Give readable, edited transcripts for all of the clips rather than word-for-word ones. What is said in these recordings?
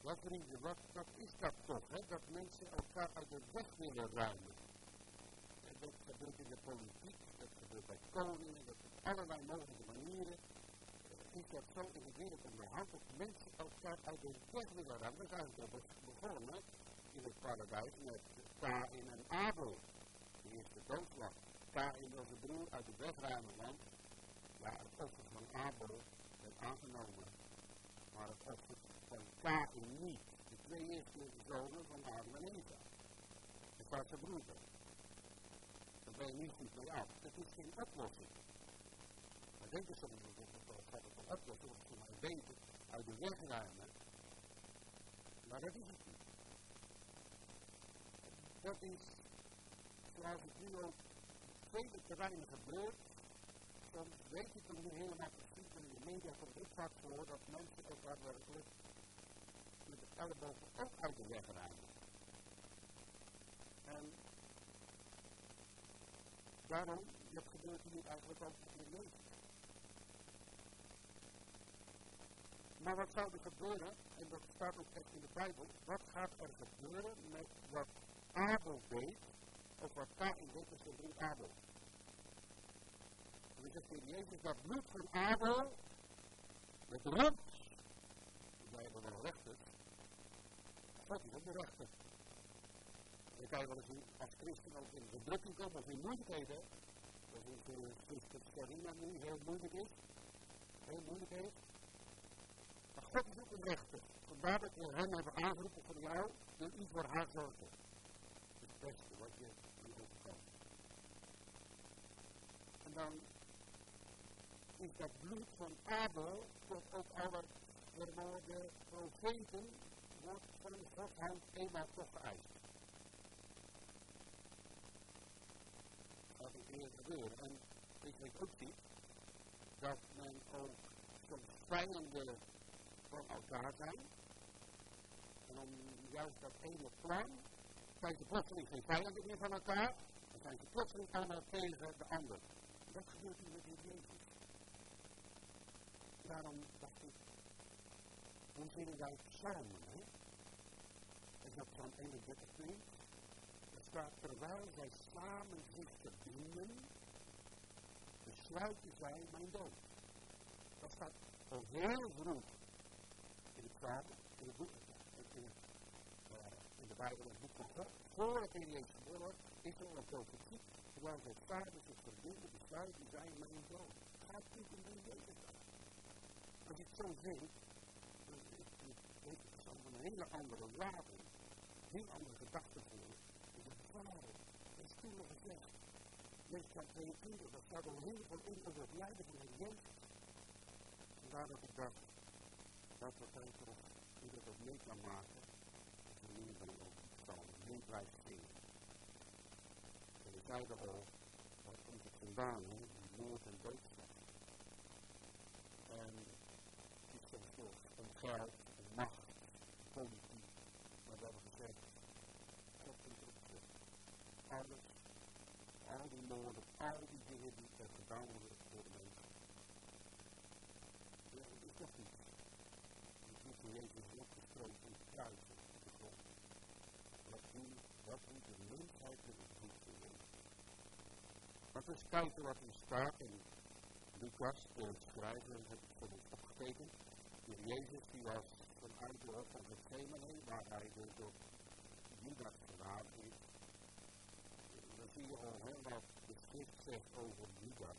Ja, vrienden, wat is dat toch, hè? Dat mensen elkaar uit de weg willen ruimen. En dat gebeurt in de politiek, dat gebeurt bij koningen, dat op allerlei mogelijke manieren. Is dat zo in de wereld om de hand dat mensen elkaar uit de weg willen ruimen. Dat is eigenlijk al begonnen in het paradijs met Kaïn en Abel. De eerste doodslag. Kaïn wil zijn broer uit de weg ruimen, want ja, het offer van Abel werd aangenomen. Maar het offer van Kaïn niet. De twee eerste zonen van Adam en Eva. Dat was zijn broeder. Daar ben je niet goed mee af. Dat is geen oplossing. Maar denken sommigen dat gaat het een oplossing, of ze maar beter uit de weg ruimen. Maar dat is het niet. Dat is, zoals het nu ook op vele terreinen gebeurt, soms weet je het niet helemaal precies, en in de media komt ook vaak voor dat mensen elkaar werkelijk met de ellebogen ook uit de weg ruimen. En daarom, dat gebeurt hier eigenlijk ook in Jezus. Maar wat zou er gebeuren, en dat staat ook echt in de Bijbel, wat gaat er gebeuren met wat Abel deed, of wat Kaïn deed met zijn broer Abel? En dan zegt de Heer Jezus, dat bloed van Abel, met rond, wij hebben wel rechters, God is ook de rechter. Dan kan je wel eens als christen ook in verdrukking komen of in moeilijkheden, dat onze zuster Carina nu heel moeilijk is, maar God is ook een rechter. Vandaar dat we hem hebben aangeroepen voor jou, wil u voor haar zorgen. Dat is het beste wat je overkomt. En dan is dat bloed van Abel tot ook alle vermoorde profeten wordt van Gods hand eenmaal toch geëist. Dat gaat een keer gebeuren. En ik weet ook niet dat men ook soms vijanden van elkaar zijn. En om juist dat ene plan zijn ze plotseling geen vijanden meer van elkaar. Dan zijn ze plotseling allemaal tegen de ander. Dat gebeurt hier met Jezus. Daarom dacht ik, hoe zingen wij psalmen, hè? En dat Psalm 31 klinkt. Er staat, terwijl zij samen zich verbinden, besluiten zij mijn dood. Dat staat al heel vroeg in het Psalm, in het boek, in de Bijbel, in het boek van God. Voordat de Heer Jezus geboren wordt, is er een profetie. Terwijl zij samen zich verbinden, besluiten zij mijn dood. Gaat niet in de Jezus uit. Als je het zo zingt, dan heeft het zo een hele andere lading, een heel andere gedachte voor je. En dat is waarom. Dat is toen nog gezegd. Leeftijd 22, dat staat al heel veel in over het lijden van de Jezus. Vandaar dat ik dacht, dat we dan toch ieder dat mee kan maken, als we nu dan ook mee blijven zingen. En we zeiden al, waar komt het vandaan, hè? Die moord en doodslag. En het is soms toch om geld, om macht, politiek, maar we hebben gezegd, God komt erop terug. Alles, al die moorden, al die dingen die er gedaan worden door de mensen. Ja, dat is toch niet. Het is Jezus opgesproken in het kruis op de grond. Wat doet de mensheid met het bloed van Jezus? Maar eens kijken wat er staat in Lucas, de schrijver, heb ik voor ons opgetekend. De Jezus die was vanuit de hof van Gethsemane, waar hij dus door Judas verraden is. Dan zie je al heel wat de schrift zegt over Judas.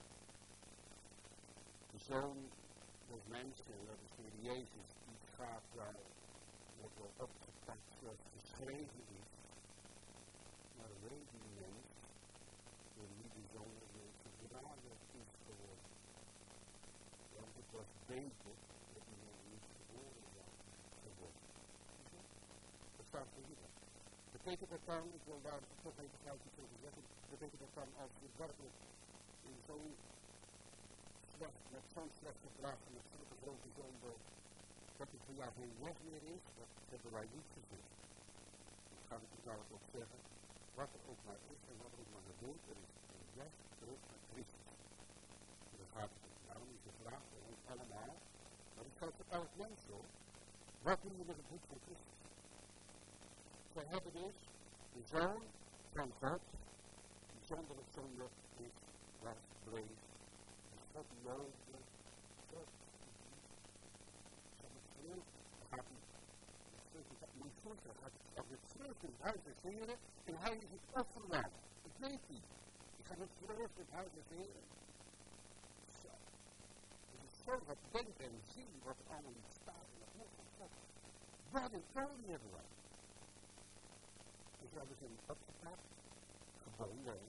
De zoon des mensen, dat is de Jezus, die gaat daar, wordt wel opgepakt zoals geschreven is. Maar weet die mens, door wie de zoon des mensen verraden is geworden. Want het was beter dat die man niet geboren was geworden. Dat staat voor Judas. Betekent dat dan, ik wil daar toch even gelijk iets over zeggen, betekent dat dan als je werkelijk in zo'n slecht, met zo'n slecht gedrag en met zulke grote zonde, dat het voor jou geen weg meer is, dat hebben wij niet gezien. Ik ga het nou ook zeggen, wat er ook maar is en wat er ook maar gebeurt, er is een weg terug naar Christus. En dan gaat het daarom is de vraag voor ons allemaal, maar het geldt voor elk mens zo, Wat doen we met het bloed van Christus? Zij hebben dus de Zoon van God, die zonder het zonde is, was, bleef. Dus God loofde, God van het geloof gaat hij, moet je voorstellen, als het geloof in het huis des Heren en hij is het offerlam. Ik weet niet. Ik ga het geloof in het huis des Heren. Zo. Het is zo wat denken en zien wat er allemaal niet staat in het woord van God. Wat een koning hebben we. Dus we hebben ze opgepakt, gebonden.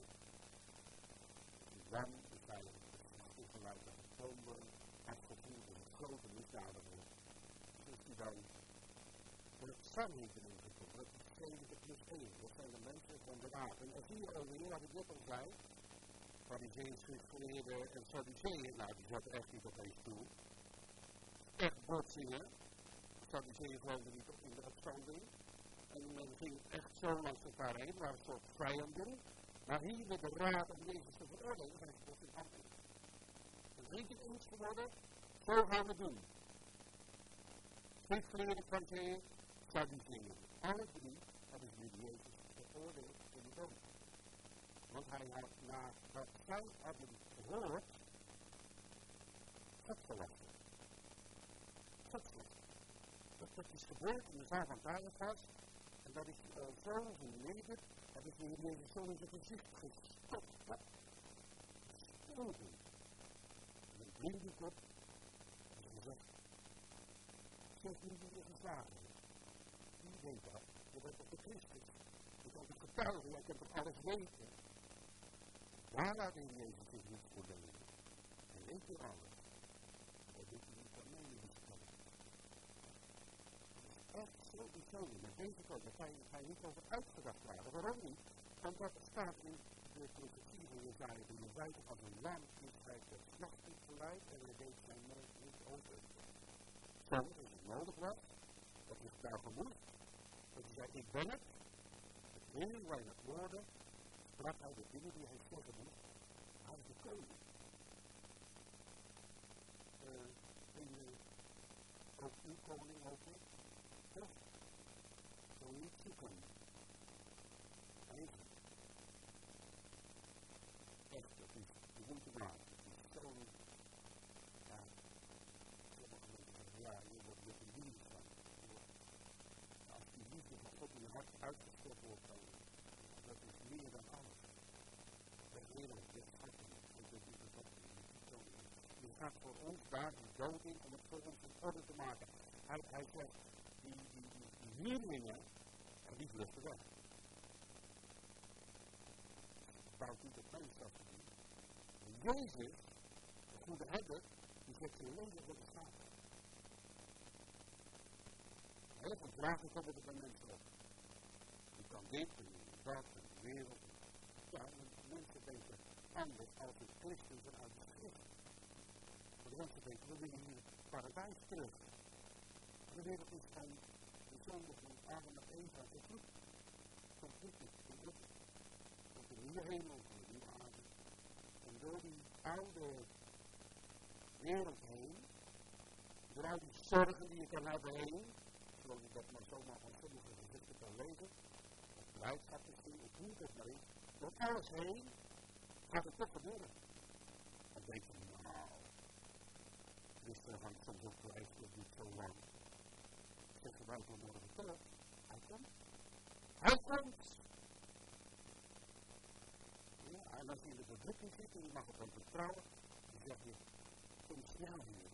Dan is hij toegeleid aan het toonbel, afgevoerd in het grote misdadiger. Dus die dan voor het samenheten ingekomen. Dat is 70+1. Dat zijn de mensen van de raad. En als hier over hier, wat ik net al zei, Farizeeën, schriftgeleerden en Sadduceeën, nou die zaten echt niet op één stoel. Echt botsingen. Sadduceeën geloofden niet in de opstanding. En men ging echt zo langs elkaar heen, waar een soort vijanden. Maar hier met de raad om Jezus te veroordelen, zijn ze tot in handen. We zijn het eens geworden, zo gaan we het doen. Schriftgeleerden, Farizeeën, Sadduceeën. Alle drie hadden ze met Jezus veroordeeld in de dood. Want hij had na wat zij hadden gehoord, God verlaten. God verlaten. Dat is gebeurd in de zaal van Caiaphas. En dat is al zo vernederd, dat is de Heer Jezus zo in zijn gezicht gestopt. Stoten. En een blinddoek op. En ze gezegd, zeg niet wie je geslagen is. Wie weet dat? Je bent op de Christus. Je bent een getuige, jij kunt toch alles weten. Waar laat de Heer Jezus zich niet voor delen? Hij weet je alles. Dat doet hij niet van mij in die stad. Echt zo bijzonder. Met deze kant, daar ga je niet over uitgedacht worden. Waarom niet? Want dat staat in de profetie van Jesaja 53. Als een lam is hij ter slachting geleid en hij deed zijn mond niet open. Soms, als het nodig was, dat is daarvoor moest. Dat hij zei, ik ben het. Het heel weinig woorden. Sprak hij de dingen die hij zeggen moest. Hij is de koning. Ook uw koning ook. Toch? Zo niet zoeken. Eigenlijk. Echt, dat is de moeite waard. Het is zo'n, ja, sommige mensen zeggen, ja, je wordt met een liefde van. Als die liefde van God in je hart uitgesproken wordt, dan dat is meer dan alles. Dat is eerlijk, dat is hartelijk. Je gaat voor ons daar die dood in om het voor ons in orde te maken. Hij zegt, die leerlingen, die vluchten weg. Het bouwt niet op mijn stad te doen. Jezus, de goede herder, die zegt zijn leven voor de schapen. Heel veel vragen komen er bij mensen op. Je kan dit en dat en de wereld. Ja, mensen denken anders als een christen vanuit de schrift. De mensen denken, we willen hier het paradijs terug. De wereld is van de zonde van Adam en Eva vervloekt. Komt een nieuwe hemel, een nieuwe aarde. En door die oude wereld heen, door al die zorgen die je kan hebben heen, zoals ik dat maar zomaar van sommige gezichten kan lezen, of blijdschap misschien, of hoe het maar is, door alles heen gaat het toch gebeuren. Dan denk je, nou, Christen hangt soms ook wel echt niet zo lang. Zeggen wij vanmorgen toch, hij komt. Hij komt! Ja, en als je in de verdrukking zit en je mag op hem vertrouwen, dan zeg je, kom snel hier.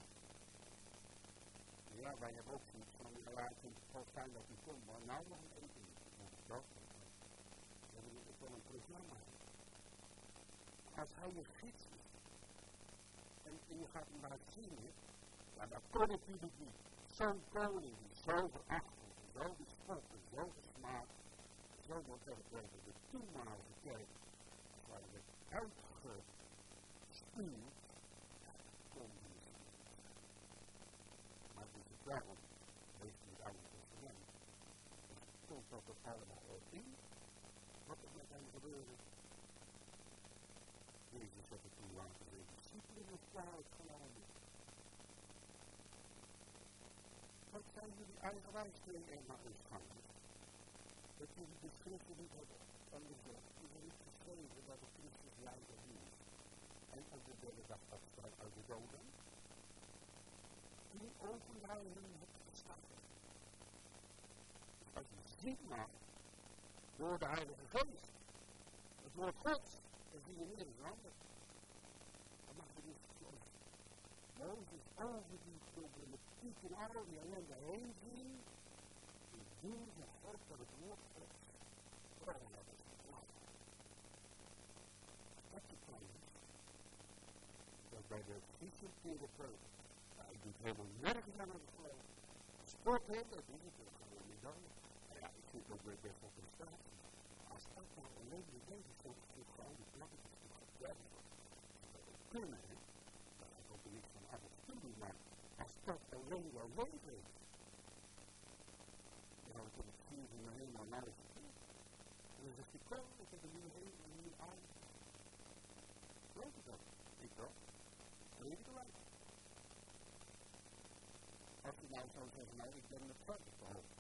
Ja, wij hebben ook zoiets van, laat het wel zijn dat hij komt, maar nou nog een eten. Dat we hebben wel een programma. Als hij je gids is, en je gaat hem laten zien, ja, dan kon ik natuurlijk niet. Zo'n koning die zo veracht wordt, zo bespot, zo gesmaakt, zo wordt er de toenmalige kerk, waar je uitgestuurd, kon je niet. Maar het is het daarom, lees je het Oude Testament, komt dat er allemaal ook in, wat er met hem gebeurde. Jezus had het toen laten weten, discipelen met 12 genomen. Wat zijn jullie eigenwijs twee Emmausgangers? Dat jullie de schriften niet hebben onderzocht. Is er niet geschreven dat de Christus lijden hield en op de derde dag opstond uit de doden? Die overlijden het gestaan. Als je ziet maar, door de Heilige Geest, het woord Gods, dan zie je meer veranderd. Dan mag je dus zoals Mozes over die problematiek en al die ellende heen zien, die doen van God dat het woord Gods vooral hebben. Dat betekent dat bij de fysiotherapeut, ik doe het helemaal nergens aan het geloof. Sport hebben, dat doe ik gewoon niet dan. Nou ja, ik zit ook best wel prestatie. Als dat nou alleen de deze soort gewoon die plakjes kunnen, daar gaat ook niks van af en toe, maar als dat alleen jouw leven is, dan had ik op het vuur van me helemaal naar de verkeer. En dan zegt hij, kom, ik heb een nieuwe leven, een nieuwe aan. Geloof je dat? Ik wel. Weet ik wel. Als je nou zou zeggen, nou, ik ben met 50 te hoog.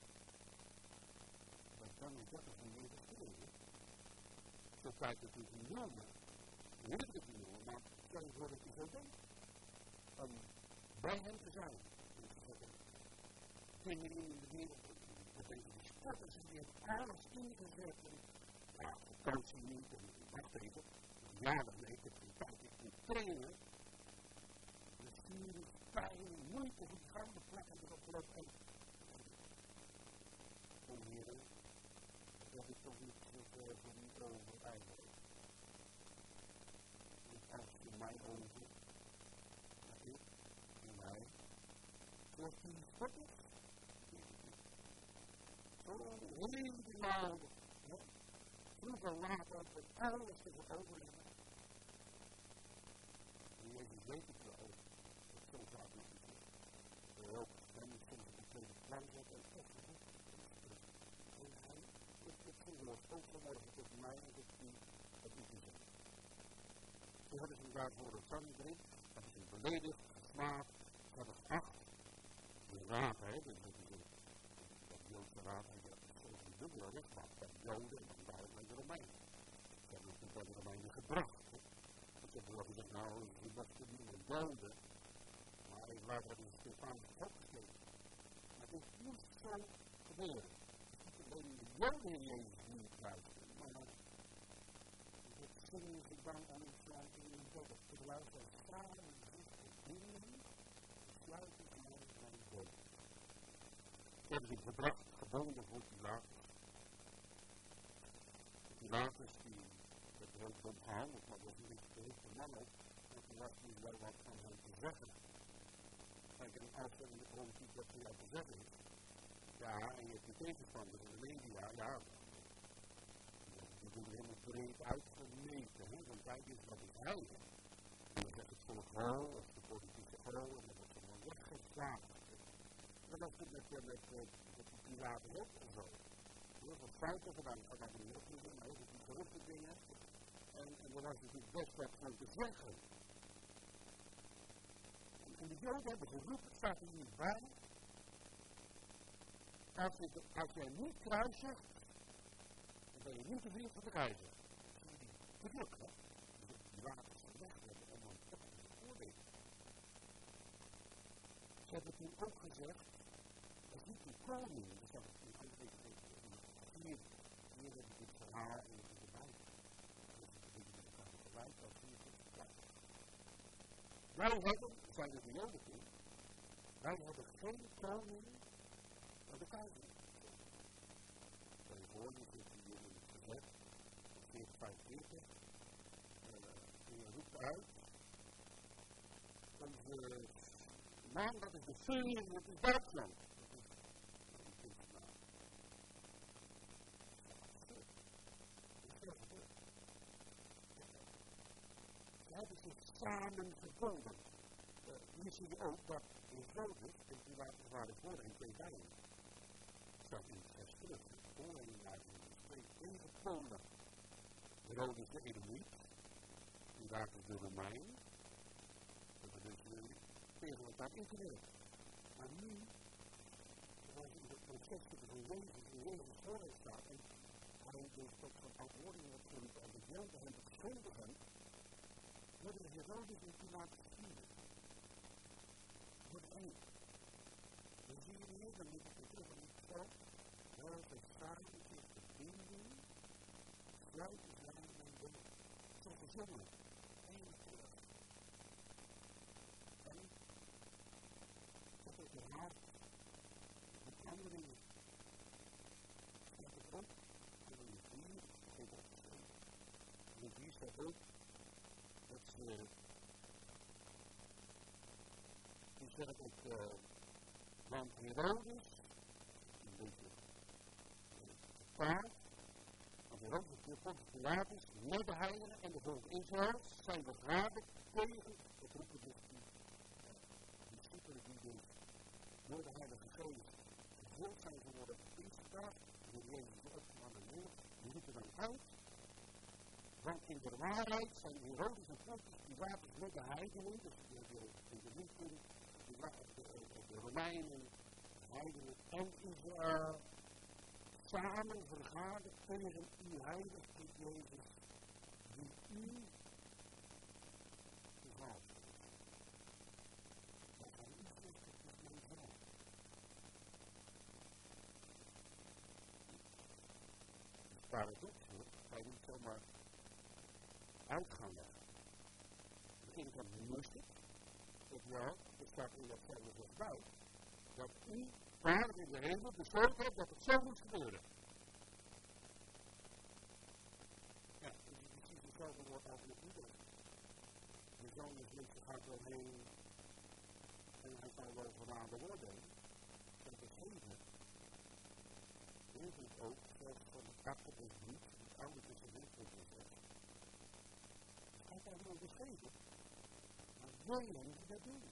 Dan is dat een meer verschil. Zo kijkt het natuurlijk niet meer. Je weet het niet meer, maar stel je voor dat je zo denkt. Van bij hem te zijn. En te zeggen, dingen in de wereld. Dat denken die sporters die hebben alles ingezet. Ja, vakantie niet. En wacht even. Ja, dan weet ik het. Kijk, ik moet trainen. Natuurlijk pijn, moeite, die grande plakken erop loopt en kom heren, dat is toch niet zo ver voor die over eigenlijk. Dus als je mij over, dat is, en mij, zoals die sporters, zo helemaal, vroeger later, met alles te veroveren. En Jezus weet het wel. Zo gaat het niet. Ook dan is soms een tweede plan wordt en toch en hij heeft het gehoord, ook vanmorgen tot mij en tot u, dat u gezegd. Ze hebben ze inderdaad voor de zang erin, hebben ze beledigd, gesmaakt, ze hebben geacht. De raad, hè, dus dat is dat Joodse raad, dat is zo'n dubbele rechtbank van Joden en dan daarom bij de Romeinen. Ze hebben het bij de Romeinen gebracht. Ik heb wel gezegd, nou, je mag het niet meer Joden. Maar even later hebben ze Stefanus opgegeven. Maar het moest zo gebeuren. Het is alleen de Joden in Jezus niet luisteren. Maar dat zingen ze dan aan het sluiten in de bed. Het luisteren samen en zich verbinden. Sluiten aan mijn bed. Ze hebben zich gebracht, gebonden voor Pilatus. Pilatus die werd er ook om gehandeld, maar dat was niet de eerste man op. Want er was niet wel wat van hem te zeggen. Kijk, en als er in de politiek wat voor jou te zeggen is, ja, en je hebt de tegenstander in de media, ja, die doen er helemaal breed uitgemeten, hè, want hij is wat is hij. En dan zegt het volk hol, of de politieke hol, en dan wordt er maar weggeslagen. En dat is het met die Pilatus ook en zo. Heel veel fouten gedaan, ik ga dat niet opnoemen, maar ook die corrupte dingen. En er was natuurlijk best wat van te zeggen. En de Joden hebben geroepen, het staat er niet bij. Als jij niet kruisigt, dan ben je niet de vriend van de keizer. Dat lukt, hè? Die laten ze weg hebben om een toch te veroordelen. Ze hebben toen ook gezegd, dat is niet een koning, dat staat hier heb ik dit verhaal in de Bijbel. Wij hebben, zijn de Joden toen, wij hebben geen koning van de keizer. Stel je voor, je zit hier in het gezet, 45, en je roept uit, onze naam, dat is de Syrië, dat is Duitsland. Hebben zich samen verbonden. Hier zie je ook dat in Jozef, en die waren voor en twee bijen. Dat in het terug, voor en twee tegenpolen. Herodes de Edomiet, Pilatus de Romein. Dat is dus tegen elkaar ingewerkt. Maar nu Jezus voor hem staat en hij dus tot zijn verantwoording opkomt en de Joden hem beschuldigen, worden de Herodes en Pilatus sturen. Wordt één. Dan zie je hier, dan moet ik het terug aan iets zo, welke schade zich verbinding, sluiten zijn en doen. Zo gezongen. Eén terug. En dat is de hart. De veranderingen. Staat het op. En in de vier geeft het geschreven. En in vier staat ook dat ze die zegt dat want Herodes een beetje paard want Herodes de Pontius Pilatus met de heidenen en de volk Israël zijn begraven tegen het roepen die discipelen die dus door de Heilige Geest gevuld zijn geworden ingebracht door Jezus de opgenomen woord, die roepen dan uit. Want in de waarheid zijn Herodes en Pontius Pilatus met de heidenen, dus de liefde, de Romeinen, de heidenen en Israël samen vergaderd tegen uw heilige Jezus, die u gevallen heeft. Dat zijn uw zuster, dat is mijn zoon. Het paradox wordt, wij niet zomaar uit gaan leggen. Het begint van moestig. Of ja, er staat in dat zelfde vers bij, dat u, Vader in de hemel, besloten hebt dat het zo moet gebeuren. Ja, dus het is precies hetzelfde woord als met iedereen. De zoon is niks, gaat doorheen en hij zal wel vandaan beoordelen. Dat is even. Dit is ook, zelfs van de kappen is niet, het oude testament wordt gezegd. Het gaat daar wel beschreven. Maar wil je niet dat doen?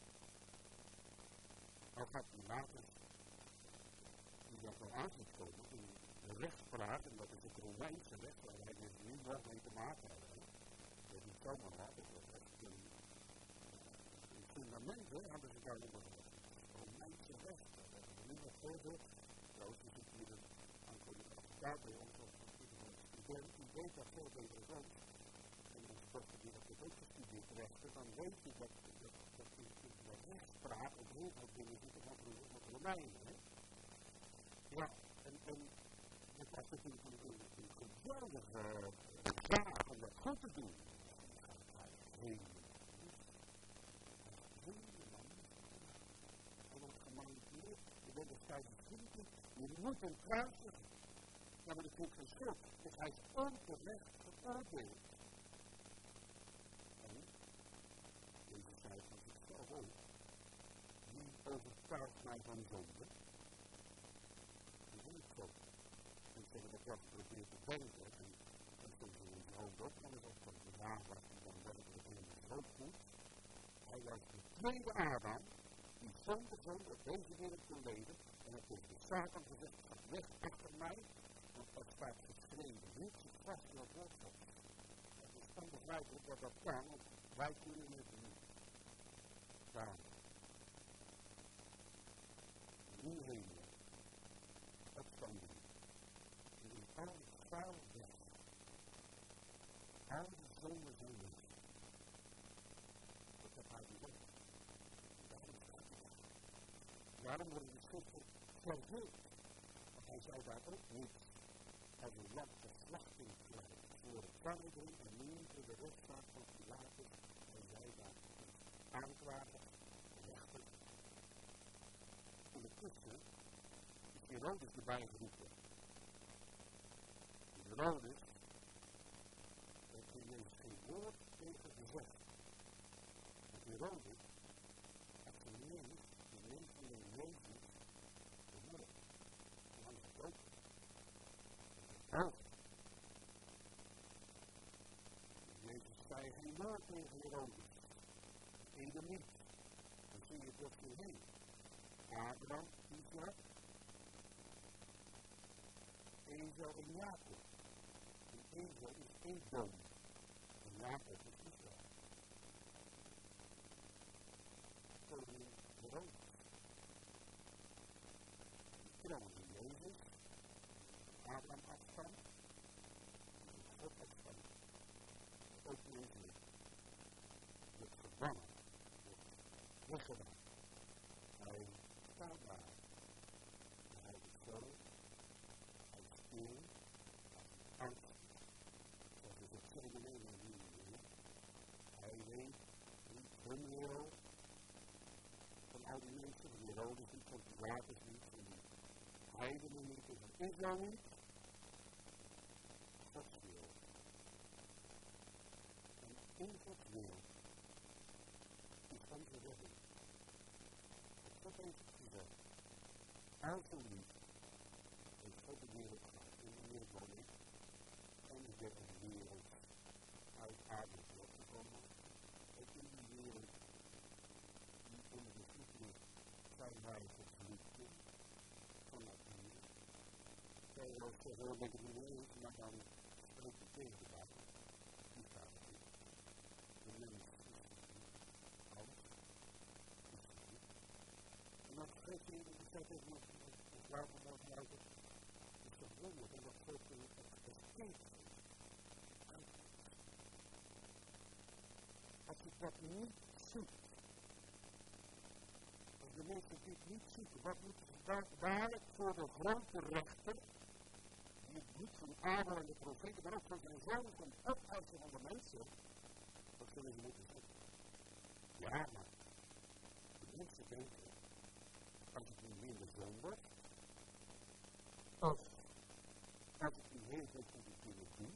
Nou gaat Pilatus, die dat al aan ziet komen, in de rechtspraak, en dat is het Romeinse recht, waar wij dus nu nog mee te maken hebben. Dat is niet zomaar wat, dat is echt een fundament, hadden ze daar nog gezegd. Romeinse recht, dat hebben we nu nog voorbeeld. Joost is hier aan de advocaat bij ons, of u weet dat veel beter dan ons. En onze dochter die heeft het ook gestudeerd rechten, dan weet je dat in de rechtspraak op heel veel dingen zitten van de Romeinen. Ja, en dat was natuurlijk een geweldige zaak om dat goed te doen. En dat gemanipuleerd, je bent er 25, je moet hem kruisigen. Ja, maar dat is geen schuld, dus hij is onterecht veroordeeld. Deze zei van zichzelf ook. Wie overtuigt mij van zonde? Dat is niet zo. En ze hebben dat wel geprobeerd te denken. En soms in ons hoofd ook nog eens op van de naam waar hij dan werkelijk in ons hoofd voelt. Hij was de tweede Adam die zonder zonde op deze wereld kon leven. En hij heeft de Satan gezegd, ga weg achter mij. Want dat staat geschreven. Niet zo vast in het woord. Het is onbegrijpelijk dat dat kan, want wij kunnen het niet. Samen. Nieuw hemel. Opstanding. En in alle vuil weg. Al die zonden zijn weg. Dat heb hij gezegd. Daarom staat hij daar. Waarom worden de schrifters vervuld? Want hij zei daar ook niet. Als een lam verslachting krijgt voor het verandering en nu voor de rechtszaak van Pilatus en zij daar aanklager, rechter. Ondertussen is Herodes erbij geroepen. Herodes heeft er Jezus geen woord tegen gezegd. Want Herodes had gemeend de mens van de Jezus vermoord. Lang gedood. Jezus zei geen woord tegen Herodes. Edomiet. Dan zie je toch weer heen. Abraham, Isaac, Ezel en Jacob. En Ezel is Edom. En Jacob is Israël. Koning Herodes. De kroon van Jezus. Abraham afstamt, van God afstamt, ook menselijk wordt verbannen, wordt weggedaan. Hij staat daar. Hij is zo, hij is stil, hij is angst. Zoals het op zijn manier niet. Hij weet niet hun wereld van al die mensen, van die Herodes niet, van die Pilatus niet, van die heidenen niet, van Israël niet. Gods wil. En in Gods wil is onze redding. God heeft het gezegd. Zo lief heeft God de wereld gehad. In de wereld woon ik. En ik ben de wereld uit aarde opgekomen. En in die wereld die onder de voet ligt, zijn wij geliefden van natuur. Zij wil zeggen, dat ik het niet eens, maar dan spreekt het tegen de dag. Die staat er niet. De mens is het niet. Alles is het niet. En dat geeft je in de tijd ook nog waarom morgen uit het is toch wonderlijk en dat geeft je het tegen. Als je dat niet zoekt, als de mensen dit niet zoeken, wat moeten ze dadelijk voor de grote rechter, die het bloed van Abel en de profeten, maar ook van zijn zoon komt opeisen van de mensen, wat zullen ze moeten zeggen? Ja, maar de mensen denken, als het niet minder zonde, of als het niet heel veel goede dingen doet,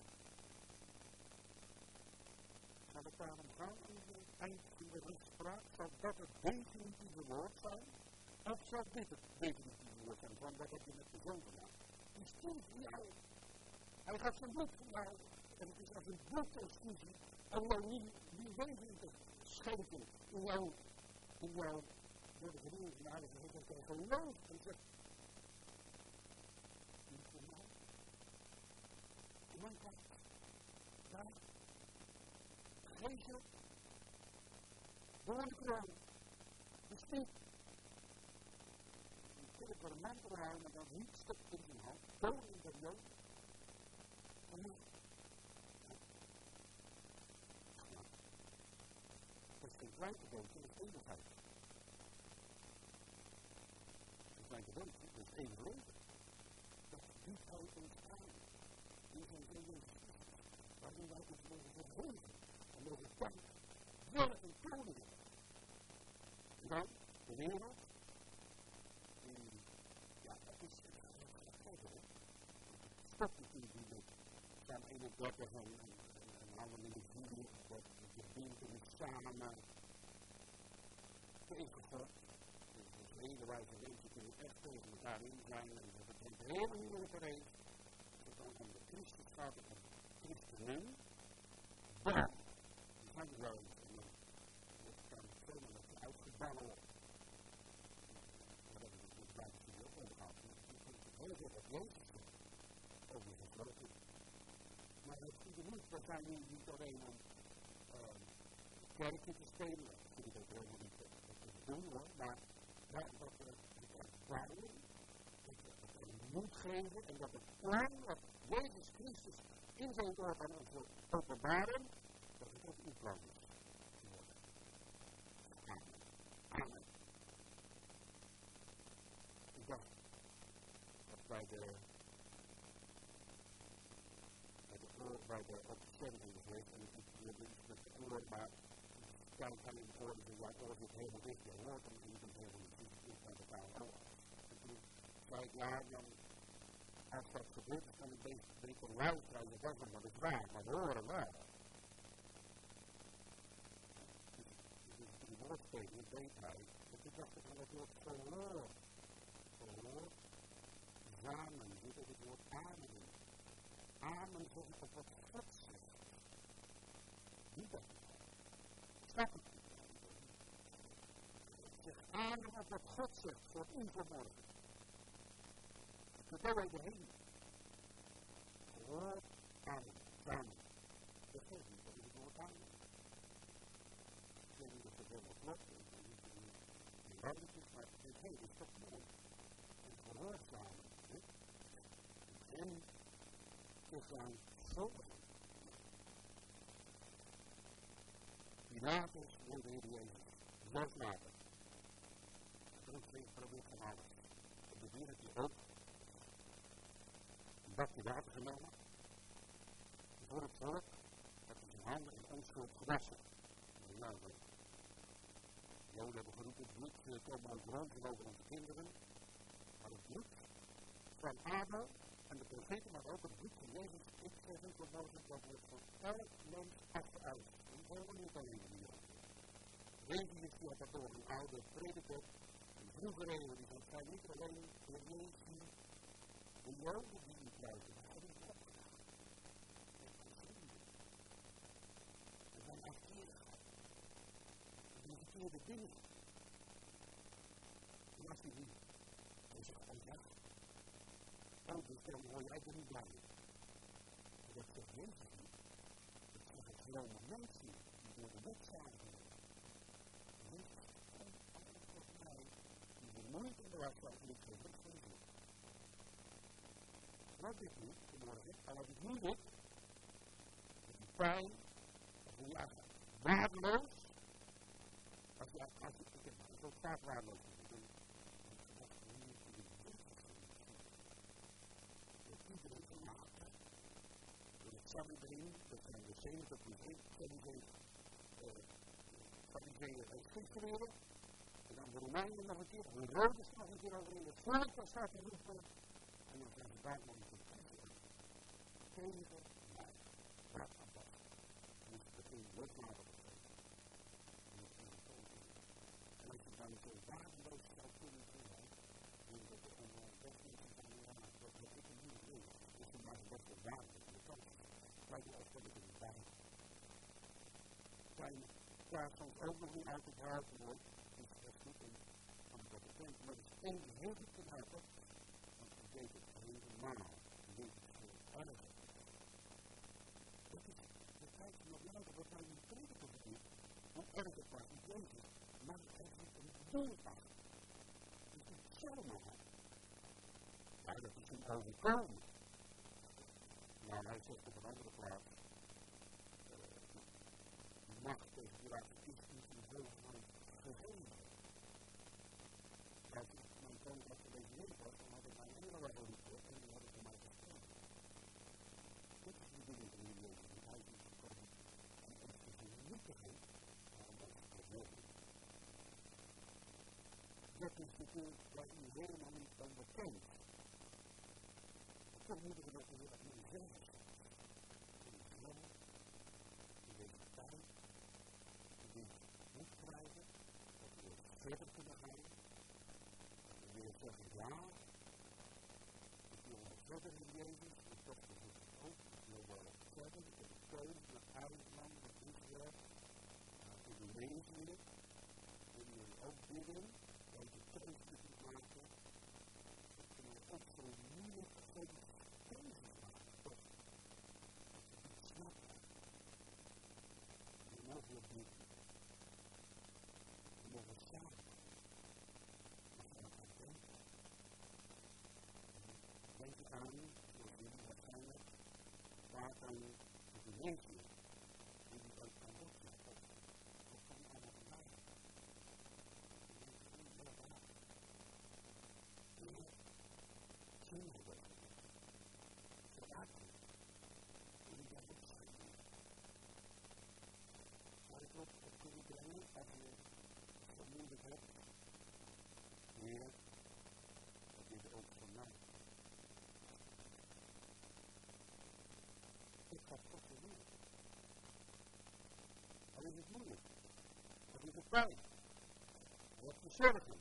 zal het daarom gaan aan het eind van de rechtspraak? Zal dat het definitieve woord zijn? Of zal dit het definitieve woord zijn? Van wat heb je met de zoon gedaan? Die stond voor jou. Hij gaat zijn bloed voor jou. En het is als een bloedtransfusie om jou nieuw leven te schenken. In jou door de vernieuwing van de aarde gezegd dat hij gelooft en zegt, niet voor mij. Man kan daar geestelijk door de kroon bestiet. Je kunt het door een mantel houden, maar dan niet stuk in zijn hand, dood in de dood. En nu, dat is geen klein cadeautje, dat is eeuwigheid. Een klein cadeautje, dat is eeuwig leven. Dat biedt hij ons aan. In zijn Jezus Christus, waarin wij ons mogen verheven en mogen danken, willen en koningen. En dan, de wereld, dat is het grote, hè. Het stopt natuurlijk niet met Psalm 31 en handen in de vuur, dat je bindt samen tegen God. Dus de hele wijze mensen kunnen echt tegen elkaar in zijn en dat het heeft helemaal niet overeen. Dat dan om de Christus gaat of om de Christenin, bam! Die gaan er wel eens en dan wordt het dan zomaar dat je uitgebannen wordt. Maar dat is natuurlijk blijft je ook omgaan. Je kunt het heel veel op Jezus zeggen, over gesproken. Maar het goede nieuws, we zijn hier niet alleen om kerkje te spelen, dat vind ik ook helemaal niet te doen hoor, maar dat we de kerk bouwen, dat we het moed geven en dat het plan wat Jezus Christus in zijn woord aan ons wil openbaren, dat het ook uw plan is geworden. Amen. Amen. Ik dacht dat bij de officiële in de geest, en ik wil iets met de oor, maar kan in de oor, dus jouw oor zit helemaal dicht, je hoort hem en je kunt helemaal niet goed naar de taal oor. En toen zei ik, ja, dan, als dat gebeurt is, dan ben ik een luisteraar, je zegt maar dat is waar, maar we horen wel. Dus die woordspeling deed hij, en toen dacht ik aan het woord verloor. Verloor, samen, zit ook het woord amen. Amen zegt op wat God zegt. Niet dat het snap ik niet. Zeg amen op wat God zegt voor u vanmorgen. Het cadeau uit de hemel. Gehoor, amen, samen. Dat geeft niet, dat is het woord amen. Ik weet niet of dat helemaal klopt, en niet in handjes, maar ik denk, hé, dat is toch mooi. En gehoorzamen, hè? En te gaan zorgen. Pilatus wil de Heer Jezus loslaten. De probeert van alles. Dat beweert het hier ook. Een bakje water genomen. Voor het volk. Dat hij zijn handen in onschuld gewassen. Nou, de Joden hebben geroepen, het bloed komen uit de hand over onze kinderen. Maar het bloed van Abel en de profeten, maar ook het bloed van Jezus, ik zeg het vanmorgen, dat wordt voor elk mens achteruit. En helemaal niet alleen in de Joden. Revius die had dat door een oude prediker, een vroegere eeuw, die van zijn niet alleen de Jezus, de Joden die niet luisteren, maar hebben het opgedaan. En dan afkeerigheid. En de verkeerde dingen. En als hij niet, dan zegt hij ja. Oh, dus dan hoor jij er niet bij. En dat zegt Jezus niet. Dat zeggen gewone mensen die door de wet zagen. Jezus komt alles tot mij, die vermoeid in de was van het lichaam van de voet. Wat is niet vanmorgen, maar wat is niet dit? Dat is pijn, dat is waardeloos. Als je zo vaak waardeloos is. Iedereen te maken. In het Sanhedrin, dat zijn de 70 Farizeeën en schriftgeleerden. En dan de Romeinen nog een keer, de Rode nog een keer over in het volk, dat staat te roepen. En dan zijn ze daar nog een keer krijgen. Enige, maar wat aan dat. Dus de ging loslaten op het gegeven. En dat ging het ook in. En als je dan zo waardeloos zou kunnen doen, dan is het gewoon best niet van de jaren, dat heb ik een nieuwe leven. Dus dan maak je best wel waarde in de kant. Lijkt me als dat ik er niet bij. Zijn klaar soms ook nog niet uit het huis wordt, dus dat is goed en van de bekend, maar het is één heel goed te maken, want je weet het helemaal, je weet het veel erger. Dat is de tijd van het leven wat wij niet prediken doen, hoe erg het was niet Jezus, maar er zit een doel achter. Het is niet zomaar. Ja, dat is een overkomen. Nou, hij zegt op een andere plaats, macht tegen de laatste is niet in hoogheid gegeven. Als ik mijn koninkrijk van deze wereld was, dan had ik mijn engelen geroepen en die hadden voor mij gesproken. Dit is de dingen van die Jezus, die hij is gekomen om ons te vernietigen, maar om ons te verwerken. Dat is natuurlijk waar u helemaal niet van bekend. Toch moeten we dat weer opnieuw zeggen. Verder kunnen gaan. En weer zeggen, ja, ik wil nog verder in Jezus, maar toch is het ook. Ik wil wel verder, ik heb een keuze met IJsland, met Israël, met Indonesië. En jullie ook bidden, deze keuze te maken. Dat kunnen we ook zo moeilijk geen keuzes maken, toch? Dat ze niet snappen. Die mogen we niet. We mogen samen. Denk aan, zoals jullie waarschijnlijk, vaak aan Indonesië, die niet uit Cambodja komt. Dat kan allemaal van mij. China wordt het. Slovakië. Jullie daar ook zijn. Zou ik ook op kunnen brengen als je het moeilijk hebt? Heer, dat is ook van mij. Ik ga God verliezen. Dan is het moeilijk. Dan is het pijn. Wat te zorgen.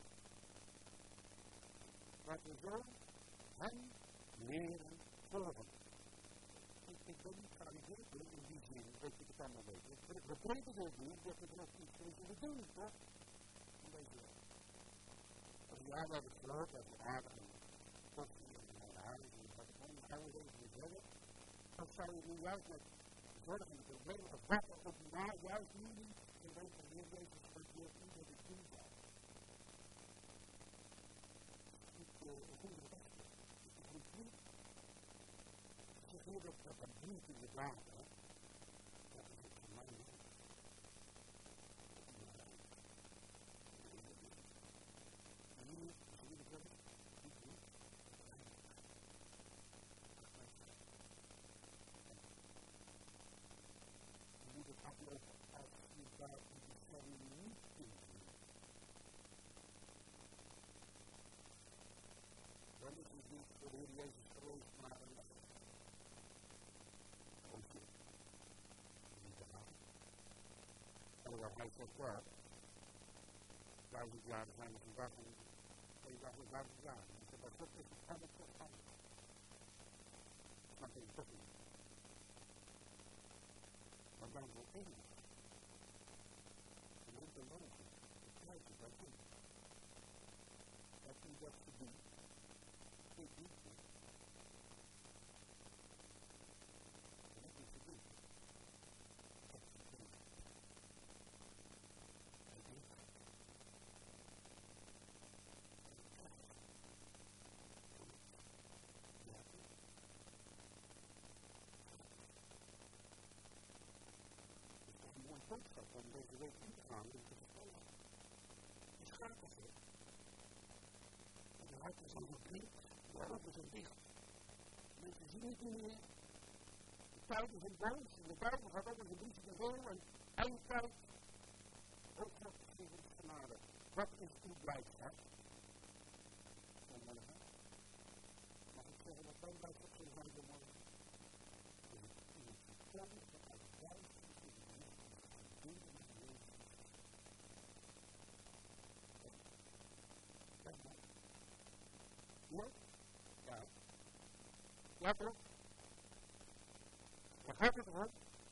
Laten we zo hem leren volgen. Ik ben niet gearriveerd in die zin, dat je het allemaal weet. We prediken het niet, dat we er ook iets mee zullen doen, toch? Een beetje. Ja, we hebben het gehoord, dat we aardig en koffie en de haring en wat ik allemaal gaan we even verder. Dan zou je nu juist met zorgen en problemen of wat ook na, juist nu niet in deze Heer Jezus verkeerd niet dat ik doen zou. Het is niet een goede beste. Het is niet goed. Ik zeg hier dat in het water, dat is het voor mij niet. Hier, zie je het wel? Je moet het aflopen als je daar die bescherming niet kunt doen. Dan is het niet voor de Heer Jezus geweest, maar een ootje. Niet te gaan. Alhoewel hij zegt wel, 1000 jaar zijn we vandaag en 2000 jaar. Dus dat God is het allemaal toch anders. Maar dat is toch niet. Maar dan voor één. De mensen lopen. De kijken, dat komt. Dat u dat verdient. Ik niet. Dat is verdient. Dat is verdient. Dat is verdient. Boodschap om deze week in te gaan en te vertellen. De schapen zit. En de harten zijn verblind, de ogen zijn dicht. Mensen zien het niet meer. De tijden zijn boos en de Bijbel gaat ook als een briefje te veel en eindtijd. Ook God geeft ons genade. Wat is uw blijdschap? Vanmorgen. Mag ik zeggen dat mijn blijdschap zal zijn vanmorgen? Dat is in het vertellen dat uit het duizend ja? Ja. Ja toch? Daar gaat het om.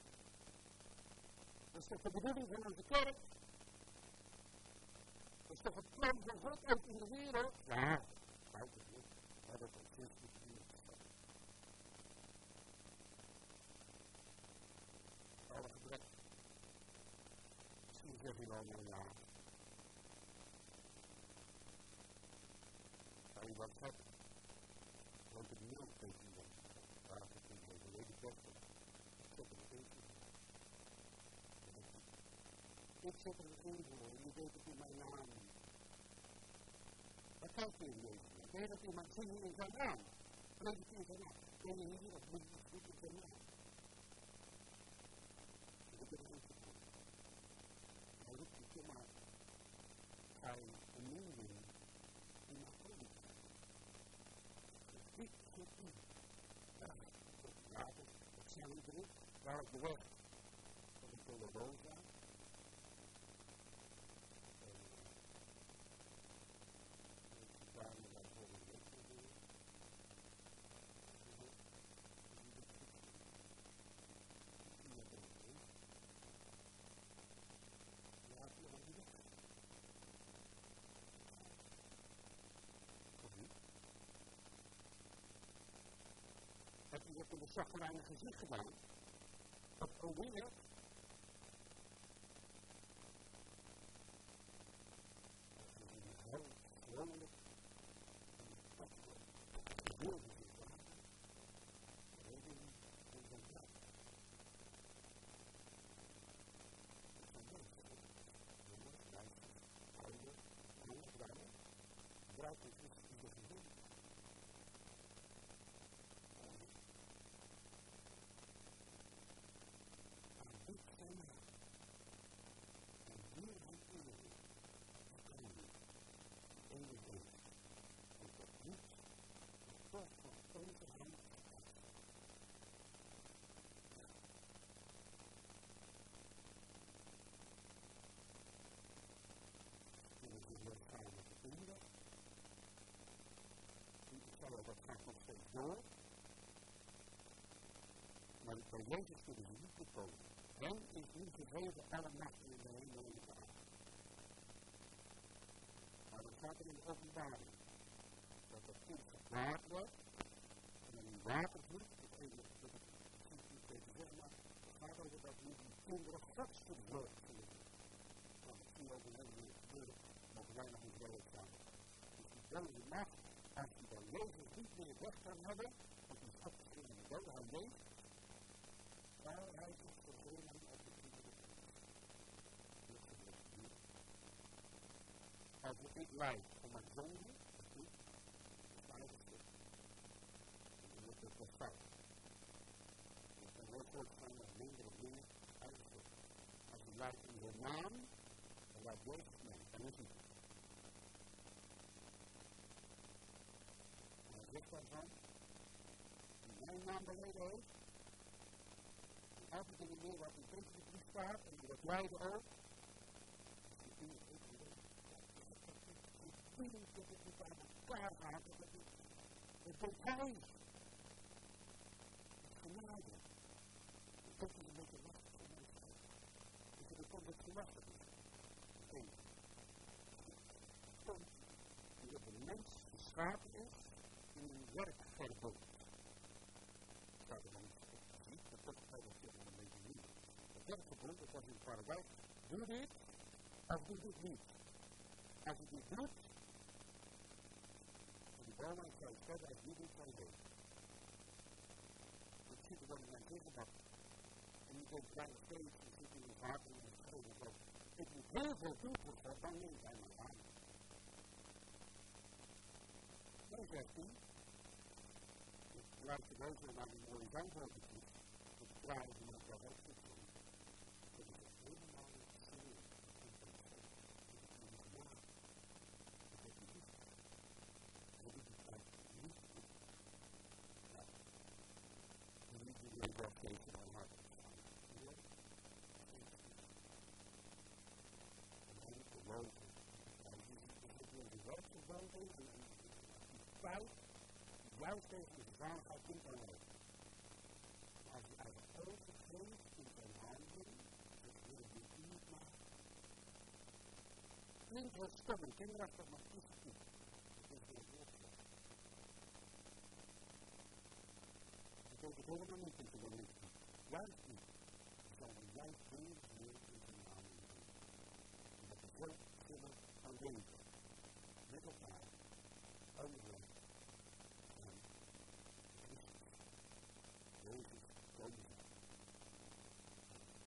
Dat is toch de bedoeling van onze kerk? Dat is toch het plan van God ook in de wereld? Ja. Buiten het niet. Maar dat is niet goed. Alle gebrek. Misschien zeg je wel ja. Zou je wat hebben? Want het nieuw teken dan. Waar het in de verleden beste. Zet er een teken. Ik zet er een voor en je weet het in mijn naam. Wat kijkt u in deze? Weet dat iemand zin in zijn naam? Weet het in zijn naam? Ben je hier of moet je het goed in zijn naam? Ik heb het niet gedaan. Hij roept je maar. Hij beminde in mijn koning. Dit zit in. Later, dat zijn we erin. Waar op de weg van de Toloboza. Heb je dat in de zagrijnige gezicht gedaan? Dat probeer ik. Dat is een heel vrolijk beeld in het water. Regen en zijn blauw. Dat zijn mensen. Jongen, meisjes, ouder, jongen, vrouwen. Bruid en Christus in de gezin. Dat gaat nog steeds door. Maar bij Jezus kunnen ze niet bekomen. Hem is nu gegeven alle macht in de hemel en de aarde. Maar dan staat er in de openbaring dat het kind gebaard wordt en een watervloed, dat het niet tegen zeggen, maar het gaat over dat nu die kinderen Gods vervuld zullen worden. Nou, dat zie je ook in hele gebeuren, mogen wij nog niet wel staan. Dus die dode macht, als je dan Jezus niet meer weg kan hebben, want die is opgeschreven in de dood, hij leeft, vrijheid is voor iedereen op de goede weg. Als ik leid om mijn zonde, dan sta ik stuk. En dan wordt het wel fout. Dan wordt het van minder of meer uitgevoerd. Als je leidt in de naam, dan leidt Jezus mee. En dat is niet. En hij zegt dan van, die mijn naam beleden heeft, en altijd in de meer wat in Christus staat, en die dat leiden ook, dat het niet aan elkaar gaat, dat het details is. Het is genade. Het komt een beetje lastig voor mensen. Dus het komt het gewacht is. Het komt omdat de mens geschapen is in een werkverbod. Staat er dan niet, dat toch bij dat zeggen een beetje niet. Het werkverbod, dat was in het paradijs, doe dit of doe dit niet. Als je dit doet, dan zou je verder als niet iets van doen. Ik zie er dan in mijn tegenbak. En je denkt bijna steeds, je zit in een water en een school en zo. Ik moet heel veel doen voor God, dan neemt hij maar aan. Dan zegt hij, ik luister wel zo naar die mooie zangwoordjes. Ik vraag hem ook wel ook goed van. Dat is echt helemaal serieus. Juist tegen de gevaarlijkheid niet kan lopen. Als je uit het ogen geeft in zijn handen, dat wil je niet maken. Klinkt wat stommer, kinderachtig, maar het is het niet. Het is weer woordelijk. Dat betekent helemaal niet dat je dat niet doet. Juist niet. Je zal er juist weer in zijn handen doen. Omdat er veel zullen van denken.